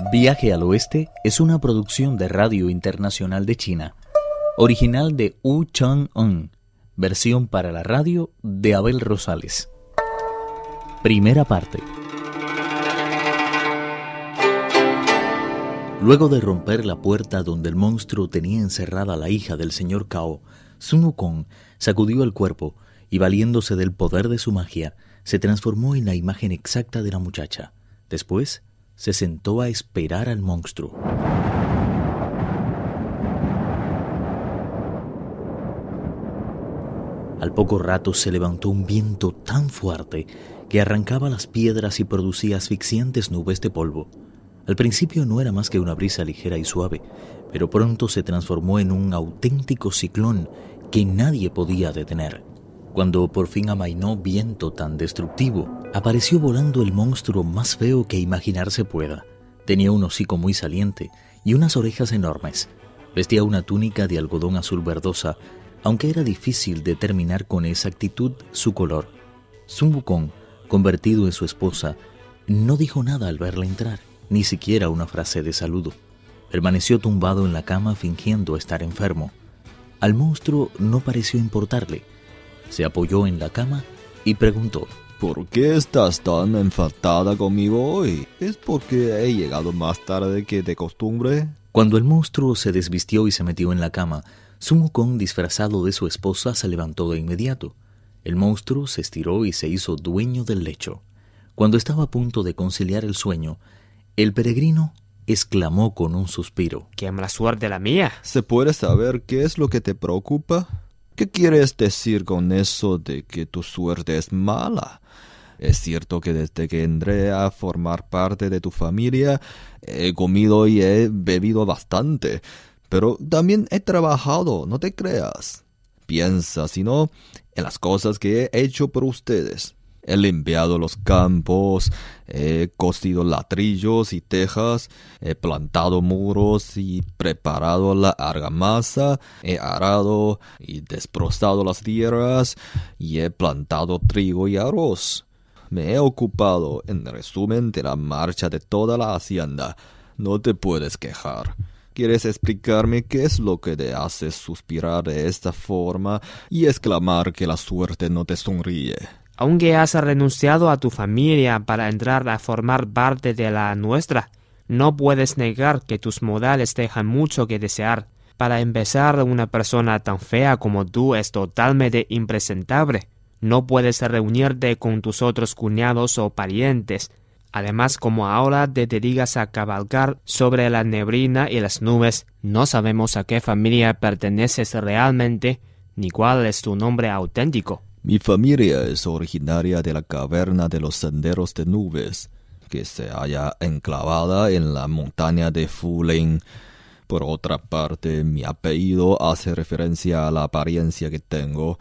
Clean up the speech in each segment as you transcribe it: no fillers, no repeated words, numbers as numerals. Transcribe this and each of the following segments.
Viaje al Oeste es una producción de Radio Internacional de China, original de Wu Chang-un, versión para la radio de Abel Rosales. Primera parte. Luego de romper la puerta donde el monstruo tenía encerrada a la hija del señor Cao, Sun Wukong sacudió el cuerpo y, valiéndose del poder de su magia, se transformó en la imagen exacta de la muchacha. Después, se sentó a esperar al monstruo. Al poco rato se levantó un viento tan fuerte que arrancaba las piedras y producía asfixiantes nubes de polvo. Al principio no era más que una brisa ligera y suave, pero pronto se transformó en un auténtico ciclón que nadie podía detener. Cuando por fin amainó viento tan destructivo, apareció volando el monstruo más feo que imaginarse pueda. Tenía un hocico muy saliente y unas orejas enormes. Vestía una túnica de algodón azul verdosa, aunque era difícil determinar con exactitud su color. Sun Wukong, convertido en su esposa, no dijo nada al verla entrar, ni siquiera una frase de saludo. Permaneció tumbado en la cama fingiendo estar enfermo. Al monstruo no pareció importarle. Se apoyó en la cama y preguntó: ¿Por qué estás tan enfadada conmigo hoy? ¿Es porque he llegado más tarde que de costumbre? Cuando el monstruo se desvistió y se metió en la cama, Sun Wukong, disfrazado de su esposa, se levantó de inmediato. El monstruo se estiró y se hizo dueño del lecho. Cuando estaba a punto de conciliar el sueño, el peregrino exclamó con un suspiro: ¡Qué mala suerte la mía! ¿Se puede saber qué es lo que te preocupa? ¿Qué quieres decir con eso de que tu suerte es mala? Es cierto que desde que entré a formar parte de tu familia, he comido y he bebido bastante, pero también he trabajado, no te creas. Piensa, si no, en las cosas que he hecho por ustedes. He limpiado los campos, he cosido ladrillos y tejas, he plantado muros y preparado la argamasa, he arado y desbrozado las tierras y he plantado trigo y arroz. Me he ocupado, en resumen, de la marcha de toda la hacienda. No te puedes quejar. ¿Quieres explicarme qué es lo que te hace suspirar de esta forma y exclamar que la suerte no te sonríe? Aunque has renunciado a tu familia para entrar a formar parte de la nuestra, no puedes negar que tus modales dejan mucho que desear. Para empezar, una persona tan fea como tú es totalmente impresentable. No puedes reunirte con tus otros cuñados o parientes. Además, como ahora te dedicas a cabalgar sobre la neblina y las nubes, no sabemos a qué familia perteneces realmente, ni cuál es tu nombre auténtico. Mi familia es originaria de la caverna de los senderos de nubes, que se halla enclavada en la montaña de Fuleng. Por otra parte, mi apellido hace referencia a la apariencia que tengo,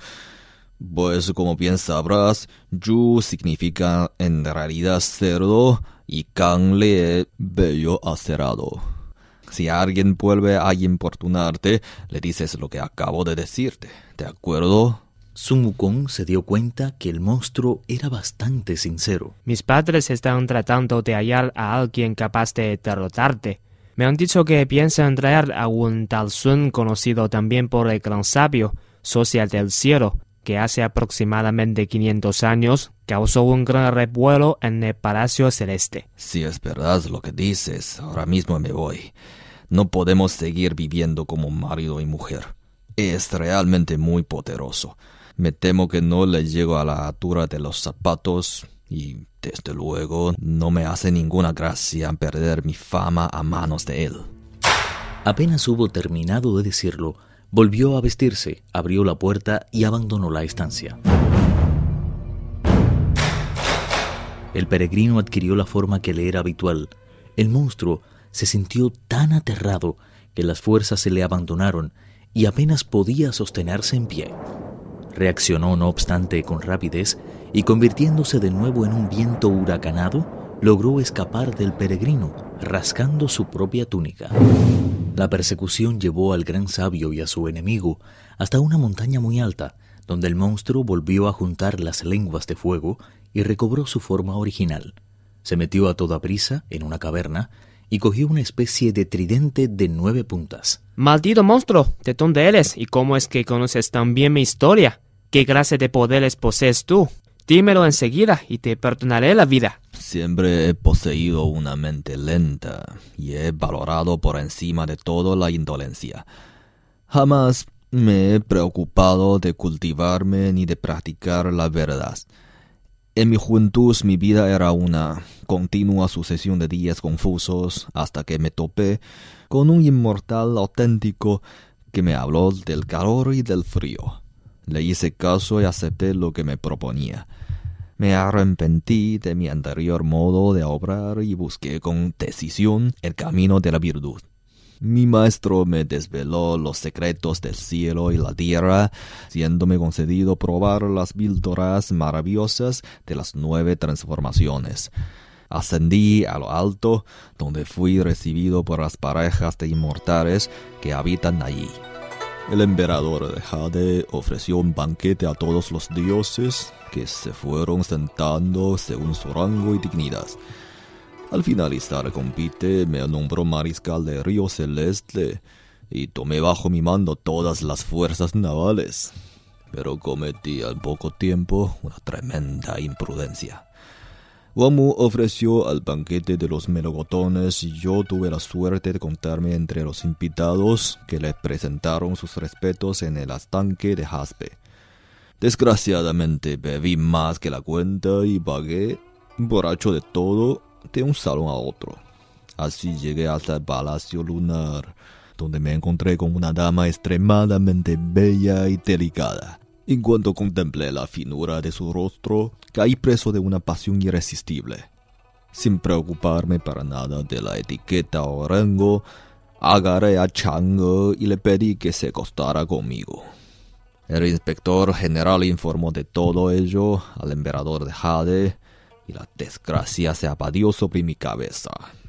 pues como bien sabrás, Yu significa en realidad cerdo y Kang Lee bello acerado. Si alguien vuelve a importunarte, le dices lo que acabo de decirte, ¿de acuerdo? Sun Wukong se dio cuenta que el monstruo era bastante sincero. Mis padres están tratando de hallar a alguien capaz de derrotarte. Me han dicho que piensan traer a un tal Sun, conocido también por el gran sabio, socia del cielo, que hace aproximadamente 500 años causó un gran revuelo en el Palacio Celeste. Si es verdad lo que dices, ahora mismo me voy. No podemos seguir viviendo como marido y mujer. Es realmente muy poderoso. Me temo que no le llego a la altura de los zapatos y, desde luego, no me hace ninguna gracia perder mi fama a manos de él. Apenas hubo terminado de decirlo, volvió a vestirse, abrió la puerta y abandonó la estancia. El peregrino adquirió la forma que le era habitual. El monstruo se sintió tan aterrado que las fuerzas se le abandonaron y apenas podía sostenerse en pie. Reaccionó, no obstante, con rapidez y, convirtiéndose de nuevo en un viento huracanado, logró escapar del peregrino, rasgando su propia túnica. La persecución llevó al gran sabio y a su enemigo hasta una montaña muy alta, donde el monstruo volvió a juntar las lenguas de fuego y recobró su forma original. Se metió a toda prisa en una caverna y cogió una especie de tridente de 9 puntas. Maldito monstruo, ¿de dónde eres? ¿Y cómo es que conoces tan bien mi historia? ¿Qué clase de poderes posees tú? Dímelo enseguida y te perdonaré la vida. Siempre he poseído una mente lenta y he valorado por encima de todo la indolencia. Jamás me he preocupado de cultivarme ni de practicar la verdad. En mi juventud mi vida era una continua sucesión de días confusos hasta que me topé con un inmortal auténtico que me habló del calor y del frío. Le hice caso y acepté lo que me proponía. Me arrepentí de mi anterior modo de obrar y busqué con decisión el camino de la virtud. Mi maestro me desveló los secretos del cielo y la tierra, siéndome concedido probar las píldoras maravillosas de las 9 transformaciones. Ascendí a lo alto, donde fui recibido por las parejas de inmortales que habitan allí. El emperador de Jade ofreció un banquete a todos los dioses, que se fueron sentando según su rango y dignidad. Al finalizar el convite me nombró mariscal de Río Celeste y tomé bajo mi mando todas las fuerzas navales. Pero cometí al poco tiempo una tremenda imprudencia. Wammu ofreció al banquete de los melocotones y yo tuve la suerte de contarme entre los invitados que le presentaron sus respetos en el estanque de jaspe. Desgraciadamente bebí más que la cuenta y vagué, borracho de todo, de un salón a otro. Así llegué hasta el Palacio Lunar, donde me encontré con una dama extremadamente bella y delicada. En cuanto contemplé la finura de su rostro, caí preso de una pasión irresistible. Sin preocuparme para nada de la etiqueta o rango, agarré a Chang'e y le pedí que se acostara conmigo. El inspector general informó de todo ello al emperador de Jade y la desgracia se abatió sobre mi cabeza.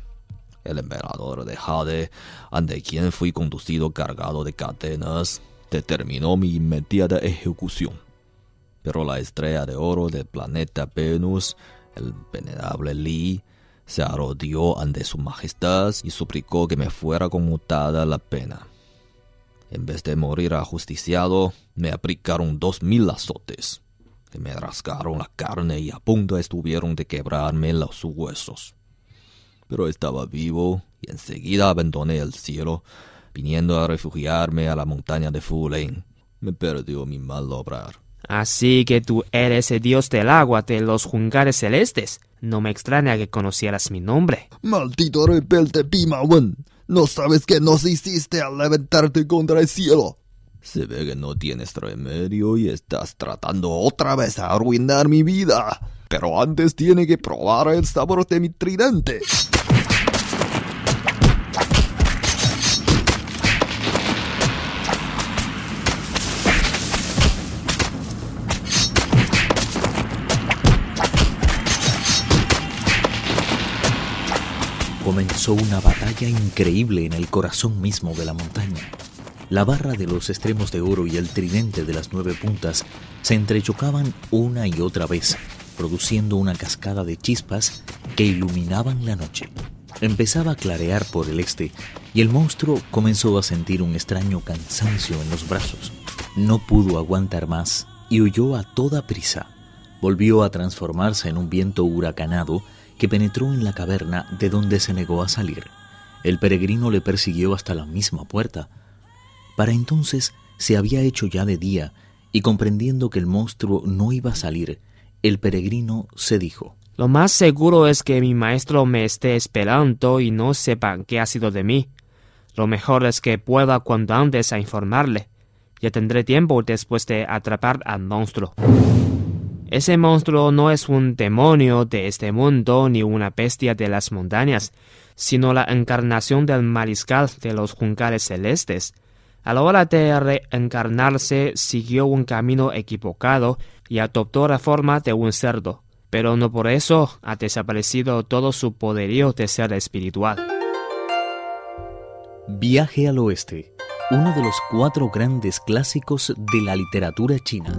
El emperador de Jade, ante quien fui conducido cargado de cadenas, determinó mi inmediata ejecución. Pero la estrella de oro del planeta Venus, el venerable Li, se arrodilló ante su majestad y suplicó que me fuera conmutada la pena. En vez de morir ajusticiado, me aplicaron 2000 azotes, que me rasgaron la carne y a punto estuvieron de quebrarme los huesos. Pero estaba vivo y enseguida abandoné el cielo, viniendo a refugiarme a la montaña de Fuleng. Me perdió mi mal obrar. Así que tú eres el dios del agua de los juncales celestes. No me extraña que conocieras mi nombre. ¡Maldito rebelde Pima Wen! ¿No sabes qué nos hiciste al levantarte contra el cielo? Se ve que no tienes remedio y estás tratando otra vez de arruinar mi vida. Pero antes tiene que probar el sabor de mi tridente. Comenzó una batalla increíble en el corazón mismo de la montaña. La barra de los extremos de oro y el tridente de las 9 puntas se entrechocaban una y otra vez, produciendo una cascada de chispas que iluminaban la noche. Empezaba a clarear por el este y el monstruo comenzó a sentir un extraño cansancio en los brazos. No pudo aguantar más y huyó a toda prisa. Volvió a transformarse en un viento huracanado que penetró en la caverna de donde se negó a salir. El peregrino le persiguió hasta la misma puerta. Para entonces se había hecho ya de día y comprendiendo que el monstruo no iba a salir, el peregrino se dijo: Lo más seguro es que mi maestro me esté esperando y no sepa qué ha sido de mí. Lo mejor es que pueda cuanto antes a informarle. Ya tendré tiempo después de atrapar al monstruo. Ese monstruo no es un demonio de este mundo ni una bestia de las montañas, sino la encarnación del mariscal de los juncales celestes. A la hora de reencarnarse, siguió un camino equivocado y adoptó la forma de un cerdo, pero no por eso ha desaparecido todo su poderío de ser espiritual. Viaje al oeste, uno de los 4 grandes clásicos de la literatura china.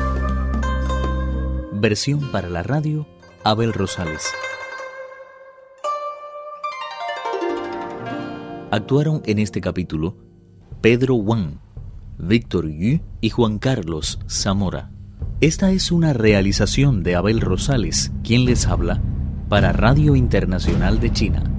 Versión para la radio, Abel Rosales. Actuaron en este capítulo Pedro Wang, Víctor Yu y Juan Carlos Zamora. Esta es una realización de Abel Rosales, quien les habla para Radio Internacional de China.